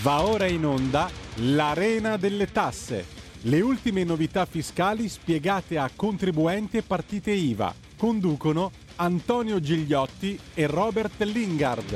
Va ora in onda l'Arena delle Tasse. Le ultime novità fiscali spiegate a contribuenti e partite IVA. Conducono Antonio Gigliotti e Robert Lingard.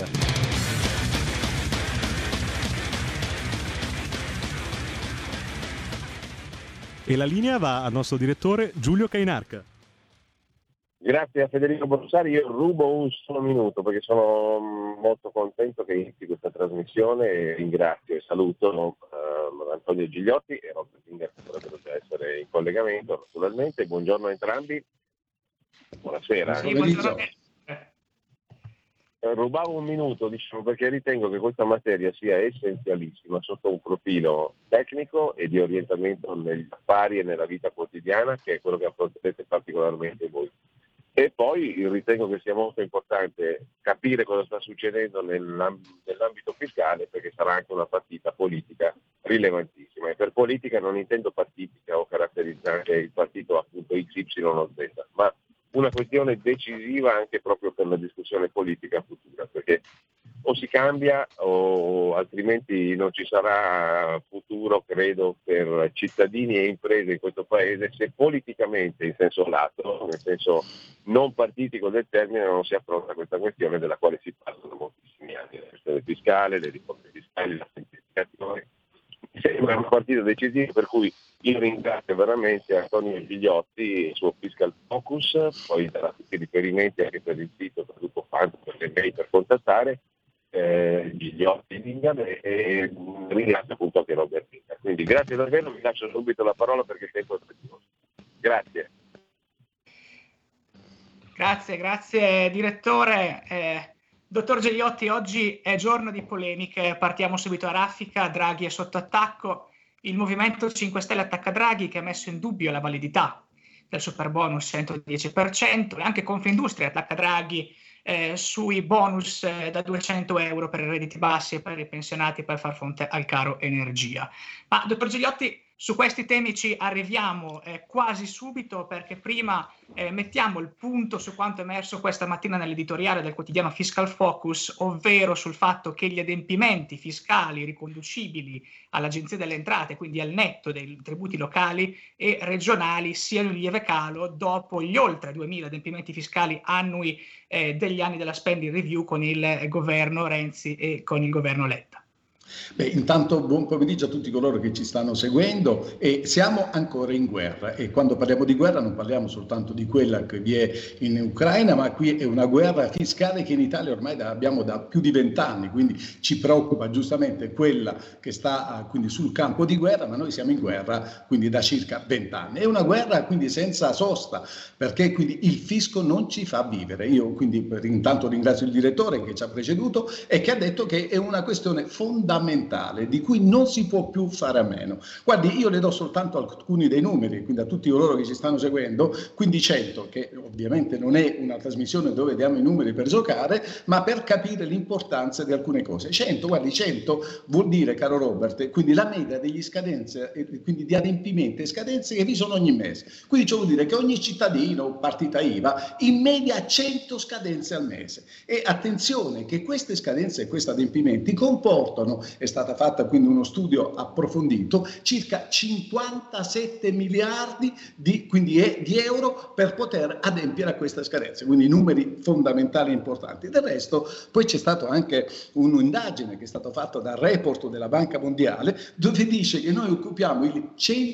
E la linea va al nostro direttore Giulio Cainarca. Grazie a Federico Borsari, io rubo un solo minuto perché sono molto contento che inizi questa trasmissione e ringrazio e saluto Antonio Gigliotti e Robert Lingard, che dovrebbero già essere in collegamento naturalmente. Buongiorno a entrambi, buonasera. Sì, buongiorno. Rubavo un minuto, diciamo, perché ritengo che questa materia sia essenzialissima sotto un profilo tecnico e di orientamento negli affari e nella vita quotidiana, che è quello che affronterete particolarmente voi. E poi ritengo che sia molto importante capire cosa sta succedendo nell'ambito fiscale, perché sarà anche una partita politica rilevantissima. E per politica non intendo partitica o caratterizzante il partito appunto XY o Z, ma una questione decisiva anche proprio per la discussione politica futura, perché o si cambia o altrimenti non ci sarà futuro, credo, per cittadini e imprese in questo paese se politicamente, in senso lato, nel senso non partitico del termine, non si affronta questa questione della quale si parla da moltissimi anni, la questione fiscale, le riforme fiscali, la semplificazione. Mi sembra una partita decisiva, per cui io ringrazio veramente Antonio Gigliotti e il suo Fiscal Focus, poi darà tutti i riferimenti anche per il sito, per Gruppo Fanto, per le mail per contattare Gigliotti Lingard e ringrazio appunto anche Robert Lingard. Quindi grazie davvero, vi lascio subito la parola perché il tempo è prezioso. Grazie. Grazie direttore. Dottor Gigliotti, oggi è giorno di polemiche, partiamo subito a raffica. Draghi è sotto attacco, il Movimento 5 Stelle attacca Draghi che ha messo in dubbio la validità del superbonus 110% e anche Confindustria attacca Draghi sui bonus da 200 euro per i redditi bassi e per i pensionati per far fronte al caro energia. Ma dottor Gigliotti, su questi temi ci arriviamo quasi subito, perché prima mettiamo il punto su quanto emerso questa mattina nell'editoriale del quotidiano Fiscal Focus, ovvero sul fatto che gli adempimenti fiscali riconducibili all'Agenzia delle Entrate, quindi al netto dei tributi locali e regionali, siano in lieve calo dopo gli oltre 2.000 adempimenti fiscali annui degli anni della spending review con il governo Renzi e con il governo Letta. Beh, intanto buon pomeriggio a tutti coloro che ci stanno seguendo e siamo ancora in guerra e quando parliamo di guerra non parliamo soltanto di quella che vi è in Ucraina, ma qui è una guerra fiscale che in Italia ormai abbiamo da più di 20 anni, quindi ci preoccupa giustamente quella che sta quindi sul campo di guerra, ma noi siamo in guerra quindi da circa 20 anni. È una guerra quindi senza sosta, perché quindi il fisco non ci fa vivere. Io quindi intanto ringrazio il direttore che ci ha preceduto e che ha detto che è una questione fondamentale di cui non si può più fare a meno. Guardi, io le do soltanto alcuni dei numeri, quindi a tutti coloro che ci stanno seguendo, quindi 100, che ovviamente non è una trasmissione dove diamo i numeri per giocare, ma per capire l'importanza di alcune cose. 100, guardi, 100 vuol dire, caro Robert, quindi la media degli scadenze, quindi di adempimenti e scadenze che vi sono ogni mese. Quindi ciò vuol dire che ogni cittadino, partita IVA, in media ha 100 scadenze al mese. E attenzione che queste scadenze e questi adempimenti comportano, è stata fatta quindi uno studio approfondito, circa 57 miliardi di euro per poter adempiere a queste scadenze, quindi numeri fondamentali e importanti. Del resto poi c'è stata anche un'indagine che è stata fatta dal report della Banca Mondiale, dove dice che noi occupiamo il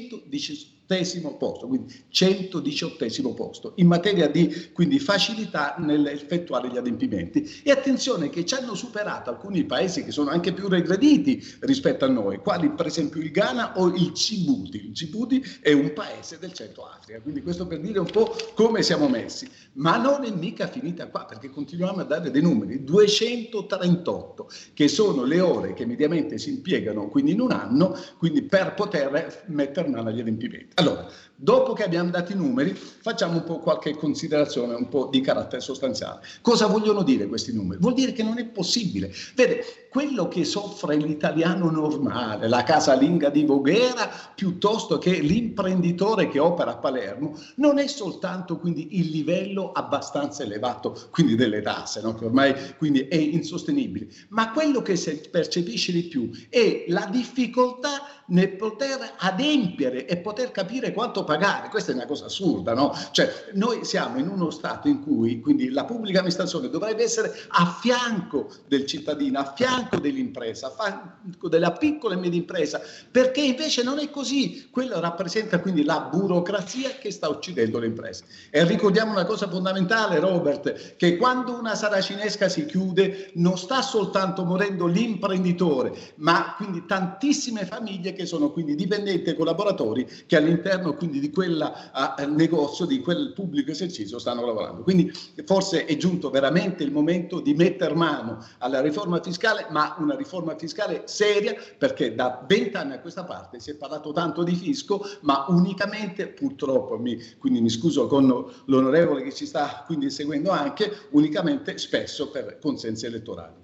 118° posto, quindi 118° posto in materia di quindi facilità nell'effettuare gli adempimenti. E attenzione che ci hanno superato alcuni paesi che sono anche più regrediti rispetto a noi, quali per esempio il Ghana o il Djibouti. Il Djibouti è un paese del Centro Africa, quindi questo per dire un po' come siamo messi. Ma non è mica finita qua, perché continuiamo a dare dei numeri, 238, che sono le ore che mediamente si impiegano quindi in un anno, quindi per poter mettere mano agli adempimenti. Allora, dopo che abbiamo dato i numeri, facciamo un po' qualche considerazione un po' di carattere sostanziale. Cosa vogliono dire questi numeri? Vuol dire che non è possibile. Vede, quello che soffre l'italiano normale, la casalinga di Voghera, piuttosto che l'imprenditore che opera a Palermo, non è soltanto quindi il livello livello abbastanza elevato, quindi delle tasse, no? Che ormai quindi è insostenibile. Ma quello che si percepisce di più è la difficoltà nel poter adempiere e poter capire quanto pagare. Questa è una cosa assurda, no? Cioè, noi siamo in uno stato in cui quindi la pubblica amministrazione dovrebbe essere a fianco del cittadino, a fianco dell'impresa, a fianco della piccola e media impresa, perché invece non è così. Quello rappresenta quindi la burocrazia che sta uccidendo le imprese. E ricordiamo una cosa fondamentale, Robert, che quando una saracinesca si chiude non sta soltanto morendo l'imprenditore, ma quindi tantissime famiglie che sono quindi dipendenti e collaboratori che all'interno quindi di quel negozio, di quel pubblico esercizio stanno lavorando. Quindi forse è giunto veramente il momento di mettere mano alla riforma fiscale, ma una riforma fiscale seria, perché da 20 anni a questa parte si è parlato tanto di fisco, ma unicamente, purtroppo, quindi mi scuso con l'onorevole che ci sta quindi seguendo anche, unicamente spesso per consensi elettorali.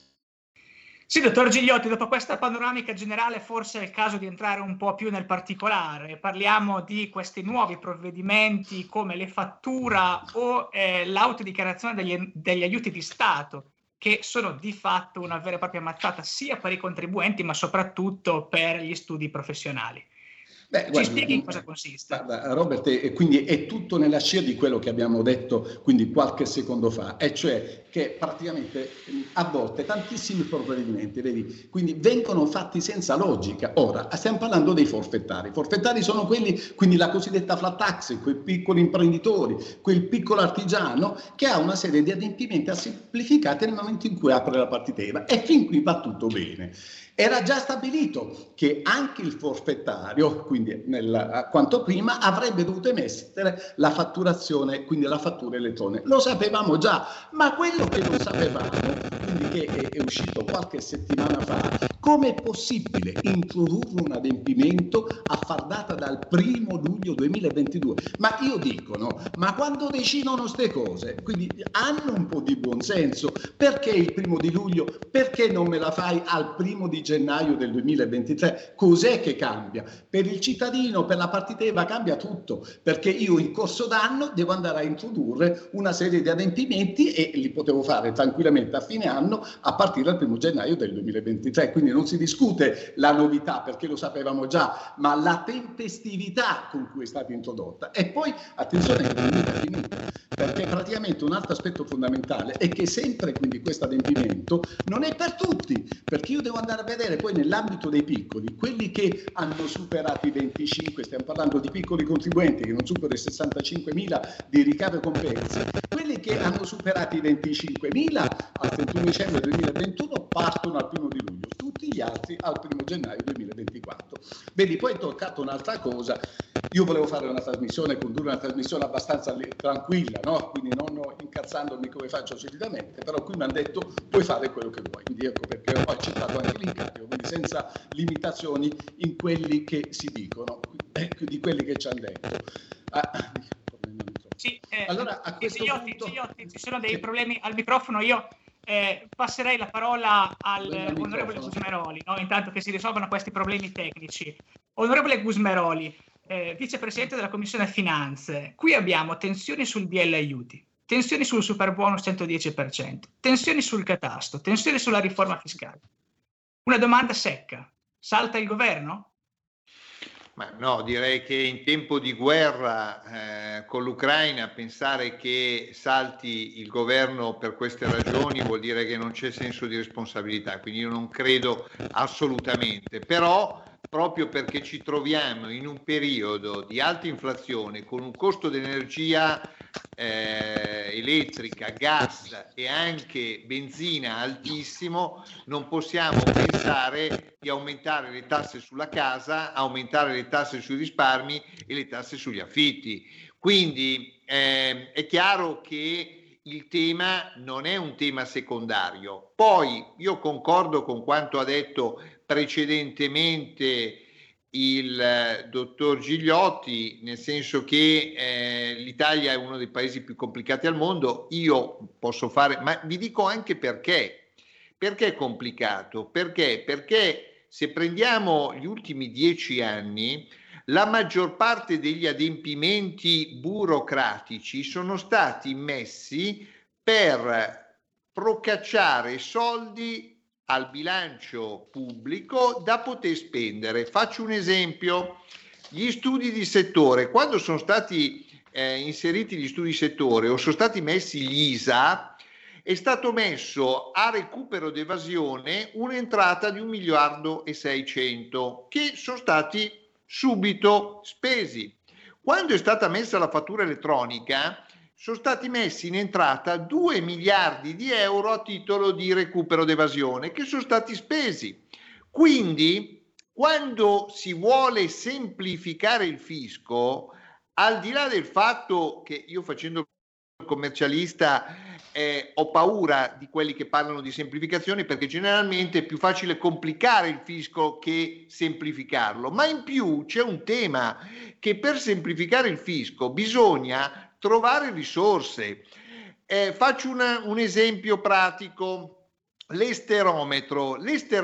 Sì, dottor Gigliotti, dopo questa panoramica generale forse è il caso di entrare un po' più nel particolare. Parliamo di questi nuovi provvedimenti come le fattura o l'autodichiarazione degli aiuti di Stato, che sono di fatto una vera e propria mazzata sia per i contribuenti ma soprattutto per gli studi professionali. Ci spieghi in cosa consiste? Robert, quindi è tutto nella scia di quello che abbiamo detto quindi qualche secondo fa, e cioè che praticamente a volte tantissimi provvedimenti, vedi, quindi vengono fatti senza logica. Ora, stiamo parlando dei forfettari. I forfettari sono quelli, quindi la cosiddetta flat tax, quei piccoli imprenditori, quel piccolo artigiano che ha una serie di adempimenti semplificati nel momento in cui apre la partita IVA, e fin qui va tutto bene. Era già stabilito che anche il forfettario, quindi quanto prima, avrebbe dovuto emettere la fatturazione, quindi la fattura elettronica. Lo sapevamo già, ma quello che non sapevamo, quindi che è uscito qualche settimana fa, come è possibile introdurre un adempimento a far data dal 1° luglio 2022? Ma io dico, no, ma quando decidono queste cose, quindi hanno un po' di buonsenso, perché il 1° di luglio? Perché non me la fai al 1° di gennaio del 2023? Cos'è che cambia? Per il cittadino, per la partita IVA cambia tutto, perché io in corso d'anno devo andare a introdurre una serie di adempimenti e li potevo fare tranquillamente a fine anno a partire dal 1° gennaio del 2023. Quindi non si discute la novità, perché lo sapevamo già, ma la tempestività con cui è stata introdotta. E poi attenzione che non è finita, perché praticamente un altro aspetto fondamentale è che sempre quindi questo adempimento non è per tutti, perché io devo andare a vedere poi nell'ambito dei piccoli, quelli che hanno superato i 25, stiamo parlando di piccoli contribuenti che non superano i 65.000 di ricavi e compensi, quelli che hanno superato i 25.000 al 31 dicembre 2021 partono al 1° di luglio, tutti gli altri al 1° gennaio 2024. Vedi, poi è toccato un'altra cosa. Io volevo fare una trasmissione, condurre una trasmissione abbastanza tranquilla, no? Quindi non incazzandomi come faccio solitamente, però qui mi hanno detto puoi fare quello che vuoi, quindi ecco perché ho accettato anche l'incarico, quindi senza limitazioni in quelli che si dicono, di quelli che ci hanno detto. Sì, allora a questo punto... Gigliotti, ci sono dei problemi al microfono, io passerei la parola all'onorevole Gusmeroli, no? Intanto che si risolvono questi problemi tecnici. Onorevole Gusmeroli, vicepresidente della Commissione Finanze, qui abbiamo tensioni sul DL aiuti, tensioni sul superbonus 110%, tensioni sul catasto, tensioni sulla riforma fiscale. Una domanda secca: salta il governo? Ma no, direi che in tempo di guerra con l'Ucraina pensare che salti il governo per queste ragioni vuol dire che non c'è senso di responsabilità, quindi io non credo assolutamente, però proprio perché ci troviamo in un periodo di alta inflazione con un costo dell'energia elettrica, gas e anche benzina altissimo, non possiamo pensare di aumentare le tasse sulla casa, aumentare le tasse sui risparmi e le tasse sugli affitti. Quindi è chiaro che il tema non è un tema secondario. Poi io concordo con quanto ha detto precedentemente il dottor Gigliotti, nel senso che l'Italia è uno dei paesi più complicati al mondo. Io posso fare, ma vi dico anche perché. Perché è complicato? Perché se prendiamo gli ultimi 10 anni, la maggior parte degli adempimenti burocratici sono stati messi per procacciare soldi al bilancio pubblico da poter spendere. Faccio un esempio: gli studi di settore. Quando sono stati inseriti gli studi di settore o sono stati messi gli ISA, è stato messo a recupero d'evasione un'entrata di 1.600.000.000 che sono stati subito spesi. Quando è stata messa la fattura elettronica, sono stati messi in entrata 2 miliardi di euro a titolo di recupero d'evasione che sono stati spesi. Quindi, quando si vuole semplificare il fisco, al di là del fatto che io, facendo il commercialista, ho paura di quelli che parlano di semplificazione, perché generalmente è più facile complicare il fisco che semplificarlo, ma in più c'è un tema che per semplificare il fisco bisogna trovare risorse. Faccio un esempio pratico. L'esterometro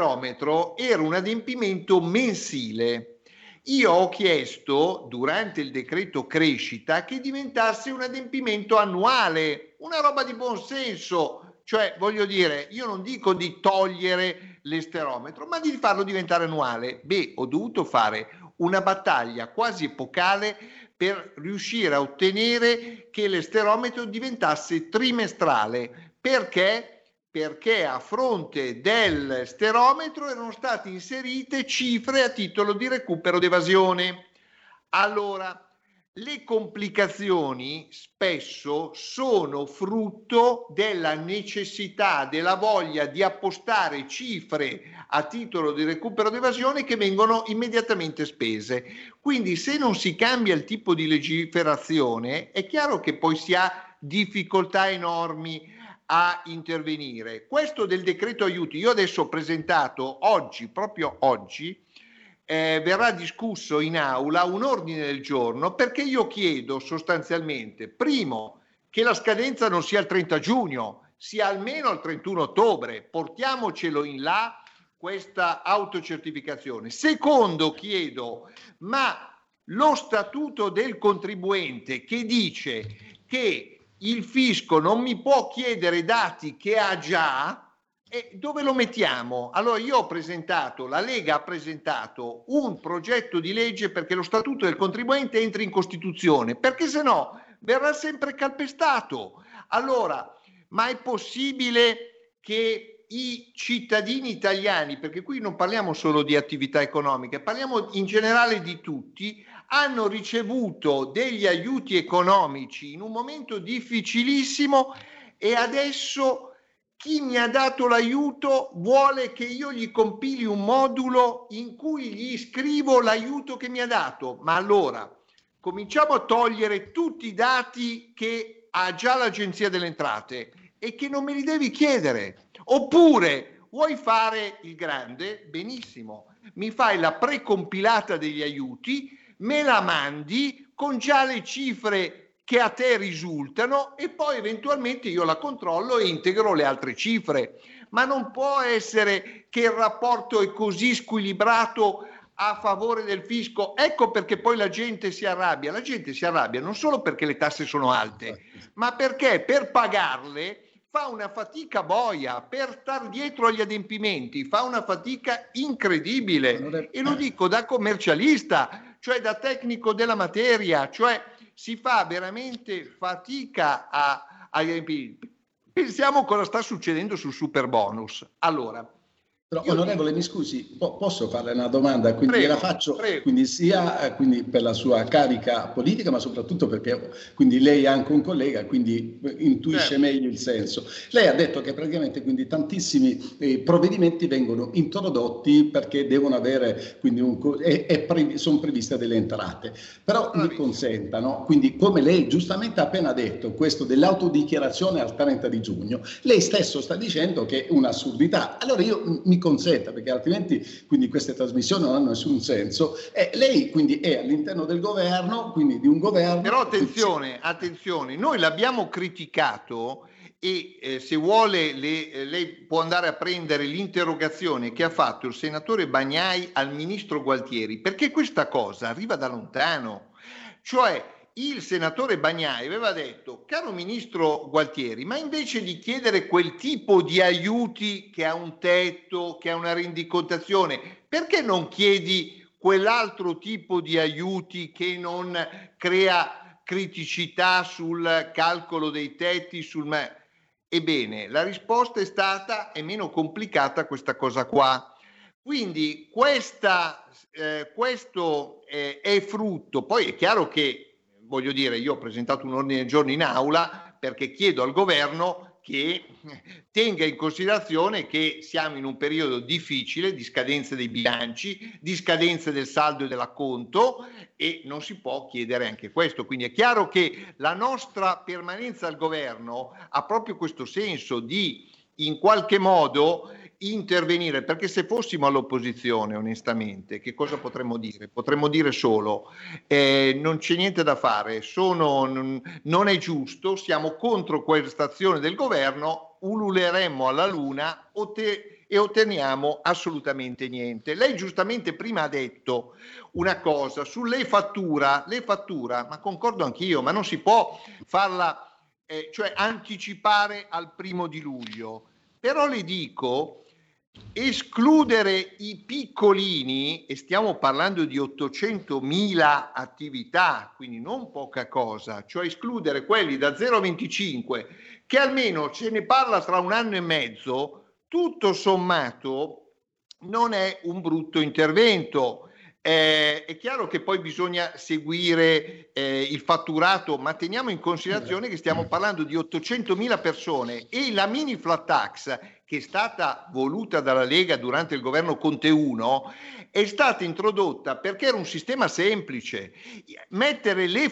era un adempimento mensile. Io ho chiesto durante il decreto crescita che diventasse un adempimento annuale, una roba di buon senso, cioè voglio dire, io non dico di togliere l'esterometro, ma di farlo diventare annuale. Ho dovuto fare una battaglia quasi epocale per riuscire a ottenere che l'esterometro diventasse trimestrale. Perché? Perché a fronte del sterometro erano state inserite cifre a titolo di recupero d'evasione. Allora, le complicazioni spesso sono frutto della necessità, della voglia di appostare cifre a titolo di recupero d'evasione che vengono immediatamente spese. Quindi, se non si cambia il tipo di legiferazione, è chiaro che poi si ha difficoltà enormi a intervenire. Questo del decreto aiuti, io adesso ho presentato oggi, proprio oggi, verrà discusso in aula un ordine del giorno, perché io chiedo sostanzialmente, primo, che la scadenza non sia il 30 giugno, sia almeno il 31 ottobre, portiamocelo in là questa autocertificazione. Secondo, chiedo, ma lo statuto del contribuente che dice che il fisco non mi può chiedere dati che ha già, dove lo mettiamo? Allora io ho presentato, la Lega ha presentato un progetto di legge perché lo statuto del contribuente entri in Costituzione, perché se no verrà sempre calpestato. Allora, ma è possibile che i cittadini italiani, perché qui non parliamo solo di attività economiche, parliamo in generale di tutti, hanno ricevuto degli aiuti economici in un momento difficilissimo e adesso chi mi ha dato l'aiuto vuole che io gli compili un modulo in cui gli scrivo l'aiuto che mi ha dato. Ma allora cominciamo a togliere tutti i dati che ha già l'Agenzia delle Entrate e che non me li devi chiedere. Oppure vuoi fare il grande? Benissimo, mi fai la precompilata degli aiuti, me la mandi con già le cifre che a te risultano e poi eventualmente io la controllo e integro le altre cifre. Ma non può essere che il rapporto è così squilibrato a favore del fisco. Ecco perché poi la gente si arrabbia. La gente si arrabbia non solo perché le tasse sono alte, ma perché per pagarle fa una fatica boia, per star dietro agli adempimenti fa una fatica incredibile. E lo dico da commercialista, cioè da tecnico della materia, cioè si fa veramente fatica agli adempimenti. Pensiamo cosa sta succedendo sul super bonus. Allora, però, onorevole, mi scusi, posso farle una domanda? Quindi prego, la faccio prego. Quindi sia quindi per la sua carica politica, ma soprattutto perché quindi lei è anche un collega, quindi intuisce meglio il senso. Lei ha detto che praticamente quindi tantissimi provvedimenti vengono introdotti perché devono avere quindi sono previste delle entrate. Però mi consentano, quindi come lei giustamente ha appena detto, questo dell'autodichiarazione al 30 di giugno, lei stesso sta dicendo che è un'assurdità. Allora io mi consenta, perché altrimenti quindi queste trasmissioni non hanno nessun senso. Lei quindi è all'interno del governo, quindi di un governo. Però attenzione, noi l'abbiamo criticato e se vuole lei può andare a prendere l'interrogazione che ha fatto il senatore Bagnai al ministro Gualtieri, perché questa cosa arriva da lontano. Cioè il senatore Bagnai aveva detto: caro ministro Gualtieri, ma invece di chiedere quel tipo di aiuti che ha un tetto, che ha una rendicontazione, perché non chiedi quell'altro tipo di aiuti che non crea criticità sul calcolo dei tetti, Ebbene, la risposta è stata: è meno complicata questa cosa qua. Quindi questo è frutto. Poi è chiaro che, voglio dire, io ho presentato un ordine del giorno in aula perché chiedo al governo che tenga in considerazione che siamo in un periodo difficile di scadenze dei bilanci, di scadenze del saldo e dell'acconto, e non si può chiedere anche questo. Quindi è chiaro che la nostra permanenza al governo ha proprio questo senso di in qualche modo intervenire, perché se fossimo all'opposizione, onestamente, che cosa potremmo dire? Potremmo dire solo non c'è niente da fare, non è giusto, siamo contro questa azione del governo, ululeremmo alla luna e otteniamo assolutamente niente. Lei giustamente prima ha detto una cosa sulle fattura, ma concordo anch'io, ma non si può farla, cioè anticipare al 1° luglio. Però le dico, escludere i piccolini, e stiamo parlando di 800.000 attività, quindi non poca cosa, cioè escludere quelli da 0,25, che almeno ce ne parla tra un anno e mezzo, tutto sommato non è un brutto intervento. È chiaro che poi bisogna seguire il fatturato, ma teniamo in considerazione che stiamo parlando di 800.000 persone, e la mini flat tax, che è stata voluta dalla Lega durante il governo Conte 1, è stata introdotta perché era un sistema semplice. Mettere la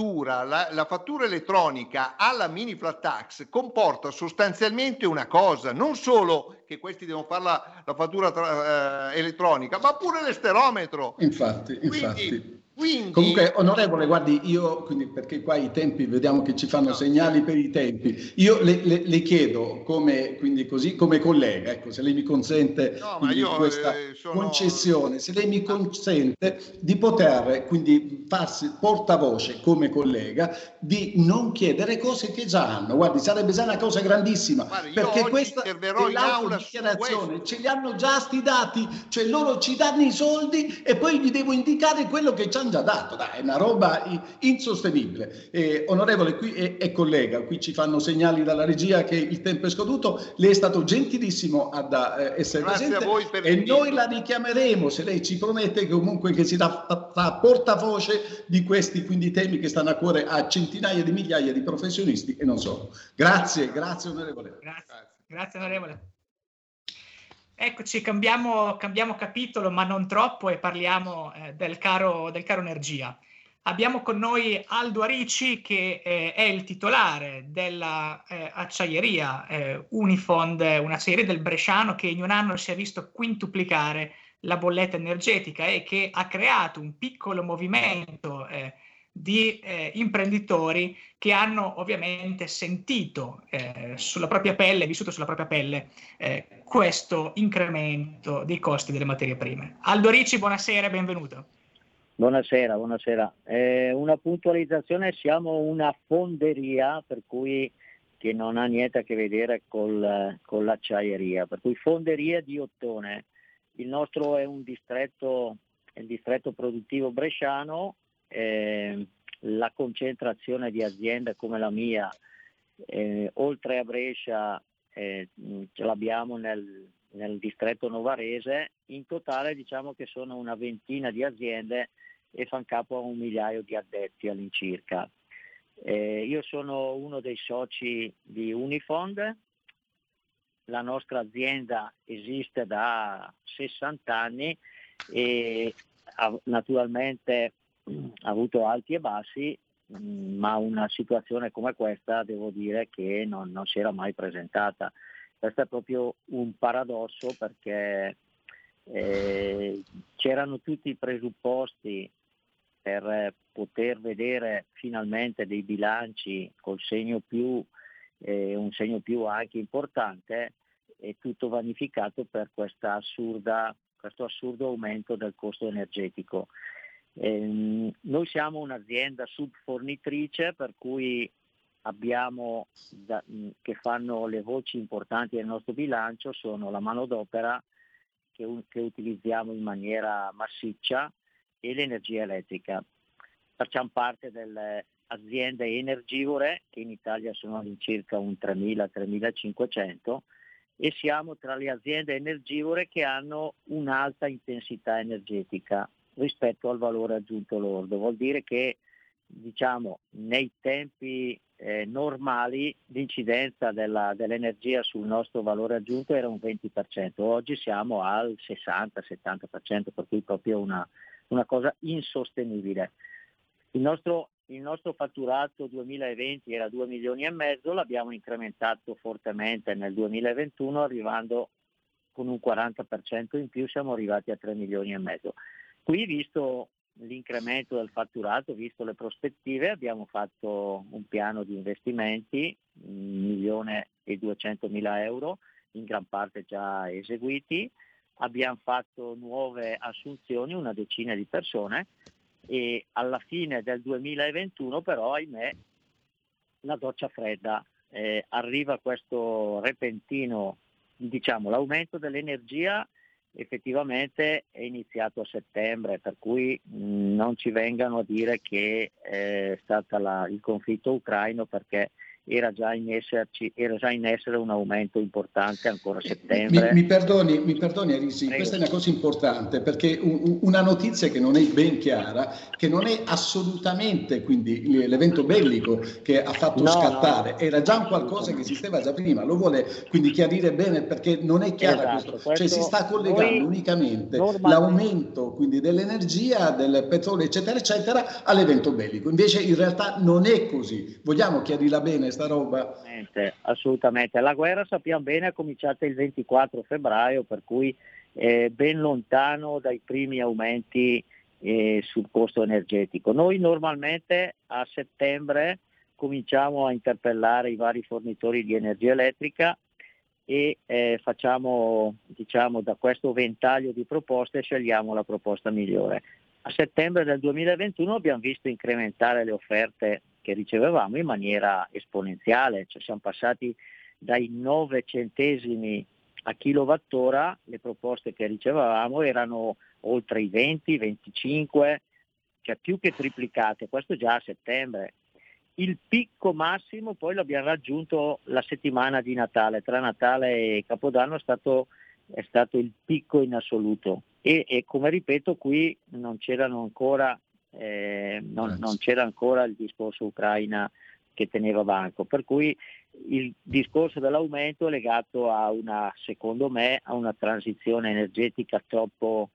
fattura elettronica alla mini flat tax comporta sostanzialmente una cosa: non solo che questi devono fare la fattura elettronica, ma pure l'esterometro. Infatti. Quindi... Comunque, onorevole, guardi, io, quindi, perché qua i tempi, vediamo che ci fanno segnali per i tempi, io le chiedo come collega, ecco, se lei mi consente questa concessione, se lei mi consente di poter quindi farsi portavoce come collega, di non chiedere cose che già hanno. Guardi, sarebbe già una cosa grandissima, perché questa è l'autodichiarazione, ce li hanno già sti dati, cioè loro ci danno i soldi e poi gli devo indicare quello che ci hanno già dato. Dai, è una roba insostenibile. Onorevole e collega, qui ci fanno segnali dalla regia che il tempo è scaduto. Lei è stato gentilissimo ad essere presente e noi la richiameremo se lei ci promette che comunque che si fa portavoce di questi quindi temi che stanno a cuore a centinaia di migliaia di professionisti e non solo. Grazie onorevole. Grazie onorevole. Eccoci, cambiamo capitolo, ma non troppo, e parliamo del caro energia. Abbiamo con noi Aldo Arici, che è il titolare della acciaieria Unifond, un'acciaieria del Bresciano che in un anno si è visto quintuplicare la bolletta energetica e che ha creato un piccolo movimento di imprenditori che hanno ovviamente sentito sulla propria pelle, vissuto sulla propria pelle questo incremento dei costi delle materie prime. Aldo Ricci, buonasera e benvenuto. Buonasera. Una puntualizzazione: siamo una fonderia, per cui che non ha niente a che vedere con l'acciaieria, per cui fonderia di Ottone. Il nostro è il distretto produttivo bresciano. La concentrazione di aziende come la mia, oltre a Brescia, ce l'abbiamo nel distretto novarese. In totale diciamo che sono una ventina di aziende e fanno capo a 1 migliaio di addetti all'incirca. Io sono uno dei soci di Unifond. La nostra azienda esiste da 60 anni e naturalmente ha avuto alti e bassi, ma una situazione come questa devo dire che non si era mai presentata. Questo è proprio un paradosso, perché c'erano tutti i presupposti per poter vedere finalmente dei bilanci col segno più un segno più anche importante, è tutto vanificato per questo assurdo aumento del costo energetico. Noi siamo un'azienda subfornitrice, per cui abbiamo che fanno le voci importanti del nostro bilancio sono la manodopera che utilizziamo in maniera massiccia e l'energia elettrica. Facciamo parte delle aziende energivore, che in Italia sono all'incirca un 3.000-3.500, e siamo tra le aziende energivore che hanno un'alta intensità energetica rispetto al valore aggiunto lordo. Vuol dire che, diciamo, nei tempi normali l'incidenza dell'energia sul nostro valore aggiunto era un 20%, oggi siamo al 60-70%, per cui proprio una cosa insostenibile. Il nostro fatturato 2020 era 2,5 milioni, l'abbiamo incrementato fortemente nel 2021, arrivando con un 40% in più, siamo arrivati a 3,5 milioni. Qui, visto l'incremento del fatturato, visto le prospettive, abbiamo fatto un piano di investimenti, 1.200.000 euro, in gran parte già eseguiti. Abbiamo fatto nuove assunzioni, una decina di persone, e alla fine del 2021 però, ahimè, la doccia fredda, arriva questo repentino, diciamo, l'aumento dell'energia effettivamente è iniziato a settembre, per cui non ci vengano a dire che è stato il conflitto ucraino, perché era già in essere un aumento importante ancora a settembre. Mi perdoni Arisi, questa è una cosa importante, perché una notizia che non è ben chiara, che non è assolutamente quindi l'evento bellico che ha fatto scattare, era già un qualcosa che esisteva già prima, lo vuole quindi chiarire bene, perché non è chiara questo, cioè si sta collegando unicamente l'aumento quindi dell'energia, del petrolio eccetera eccetera all'evento bellico, invece in realtà non è così. Vogliamo chiarirla bene sta roba? Assolutamente. La guerra, sappiamo bene, è cominciata il 24 febbraio, per cui ben lontano dai primi aumenti sul costo energetico. Noi normalmente a settembre cominciamo a interpellare i vari fornitori di energia elettrica e facciamo, diciamo, da questo ventaglio di proposte scegliamo la proposta migliore. A settembre del 2021 abbiamo visto incrementare le offerte che ricevevamo in maniera esponenziale, cioè siamo passati dai 9 centesimi a kilowattora, le proposte che ricevevamo erano oltre i 20, 25, cioè più che triplicate, questo già a settembre. Il picco massimo poi l'abbiamo raggiunto la settimana di Natale, tra Natale e Capodanno è stato il picco in assoluto e come ripeto qui non c'erano ancora non c'era ancora il discorso Ucraina che teneva banco, per cui il discorso dell'aumento è legato secondo me a una transizione energetica troppo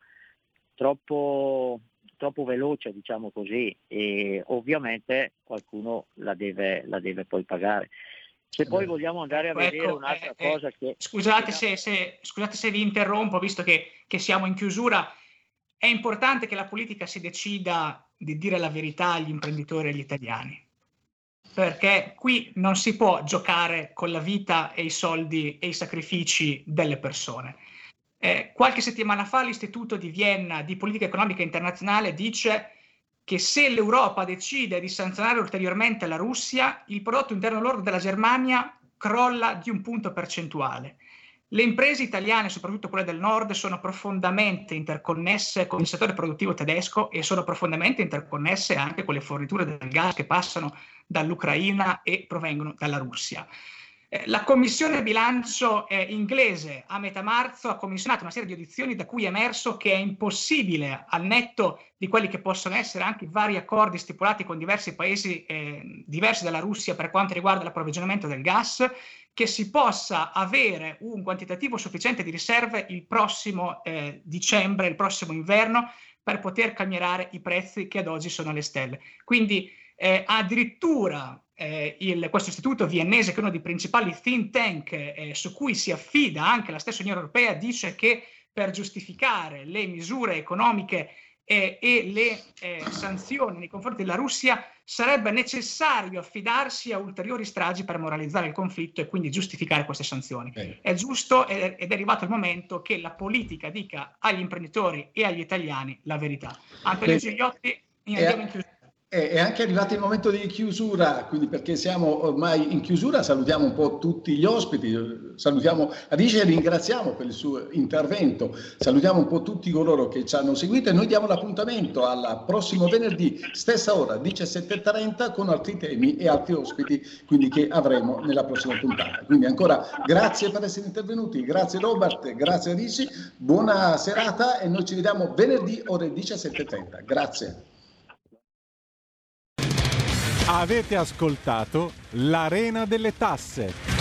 veloce, diciamo così, e ovviamente qualcuno la deve poi pagare. Se poi vogliamo andare a vedere un'altra cosa che... Scusate se vi interrompo, visto che siamo in chiusura. È importante che la politica si decida di dire la verità agli imprenditori e agli italiani, perché qui non si può giocare con la vita e i soldi e i sacrifici delle persone. Qualche settimana fa l'Istituto di Vienna di Politica Economica Internazionale dice che se l'Europa decide di sanzionare ulteriormente la Russia, il prodotto interno lordo della Germania crolla di 1 punto percentuale. Le imprese italiane, soprattutto quelle del nord, sono profondamente interconnesse con il settore produttivo tedesco e sono profondamente interconnesse anche con le forniture del gas che passano dall'Ucraina e provengono dalla Russia. La commissione bilancio inglese a metà marzo ha commissionato una serie di audizioni da cui è emerso che è impossibile, al netto di quelli che possono essere anche vari accordi stipulati con diversi paesi diversi dalla Russia per quanto riguarda l'approvvigionamento del gas, che si possa avere un quantitativo sufficiente di riserve il prossimo dicembre, il prossimo inverno, per poter calmierare i prezzi che ad oggi sono alle stelle. Quindi addirittura questo istituto viennese, che è uno dei principali think tank su cui si affida anche la stessa Unione Europea, dice che per giustificare le misure economiche e le sanzioni nei confronti della Russia sarebbe necessario affidarsi a ulteriori stragi per moralizzare il conflitto e quindi giustificare queste sanzioni. È giusto ed è arrivato il momento che la politica dica agli imprenditori e agli italiani la verità. Antonio Gigliotti, andiamo in chiusura. È anche arrivato il momento di chiusura, quindi perché siamo ormai in chiusura, salutiamo un po' tutti gli ospiti, salutiamo Alice e ringraziamo per il suo intervento, salutiamo un po' tutti coloro che ci hanno seguito e noi diamo l'appuntamento al prossimo venerdì, stessa ora, 17:30, con altri temi e altri ospiti, quindi che avremo nella prossima puntata. Quindi ancora grazie per essere intervenuti, grazie Robert, grazie Alice, buona serata e noi ci vediamo venerdì ore 17:30. Grazie. Avete ascoltato l'Arena delle Tasse.